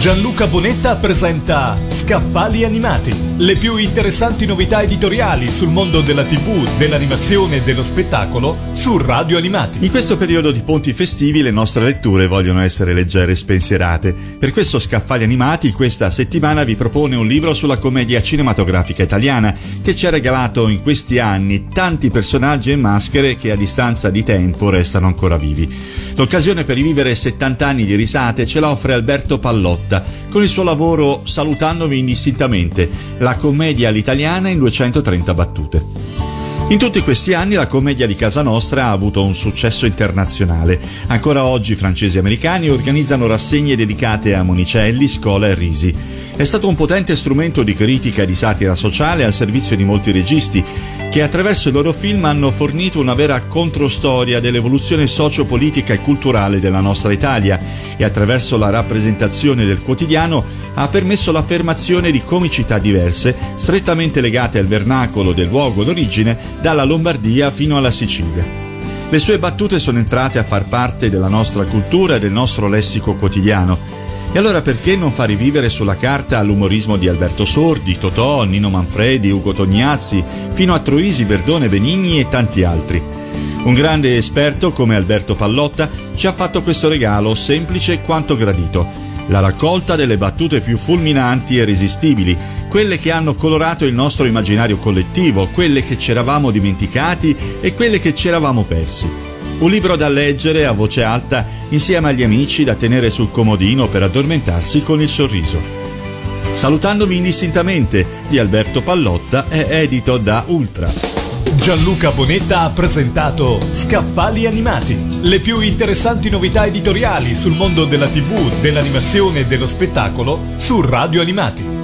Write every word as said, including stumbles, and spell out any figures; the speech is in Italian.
Gianluca Bonetta presenta Scaffali Animati, le più interessanti novità editoriali sul mondo della tivù, dell'animazione e dello spettacolo su Radio Animati. In questo periodo di ponti festivi le nostre letture vogliono essere leggere e spensierate. Per questo Scaffali Animati questa settimana vi propone un libro sulla commedia cinematografica italiana che ci ha regalato in questi anni tanti personaggi e maschere che a distanza di tempo restano ancora vivi. L'occasione per rivivere settanta anni di risate ce la offre Alberto Pallotta con il suo lavoro Salutandovi indistintamente, la commedia all'italiana in duecentotrenta battute. In tutti questi anni la commedia di casa nostra ha avuto un successo internazionale. Ancora oggi francesi e americani organizzano rassegne dedicate a Monicelli, Scola e Risi. È stato un potente strumento di critica e di satira sociale al servizio di molti registi che attraverso i loro film hanno fornito una vera controstoria dell'evoluzione sociopolitica e culturale della nostra Italia e attraverso la rappresentazione del quotidiano ha permesso l'affermazione di comicità diverse strettamente legate al vernacolo del luogo d'origine dalla Lombardia fino alla Sicilia. Le sue battute sono entrate a far parte della nostra cultura e del nostro lessico quotidiano. E allora perché non far rivivere sulla carta l'umorismo di Alberto Sordi, Totò, Nino Manfredi, Ugo Tognazzi, fino a Troisi, Verdone, Benigni e tanti altri? Un grande esperto come Alberto Pallotta ci ha fatto questo regalo semplice quanto gradito: la raccolta delle battute più fulminanti e irresistibili, quelle che hanno colorato il nostro immaginario collettivo, quelle che ci eravamo dimenticati e quelle che ci eravamo persi. Un libro da leggere a voce alta insieme agli amici da tenere sul comodino per addormentarsi con il sorriso. Salutandovi indistintamente di Alberto Pallotta è edito da Ultra. Gianluca Bonetta ha presentato Scaffali Animati, le più interessanti novità editoriali sul mondo della tivù, dell'animazione e dello spettacolo su Radio Animati.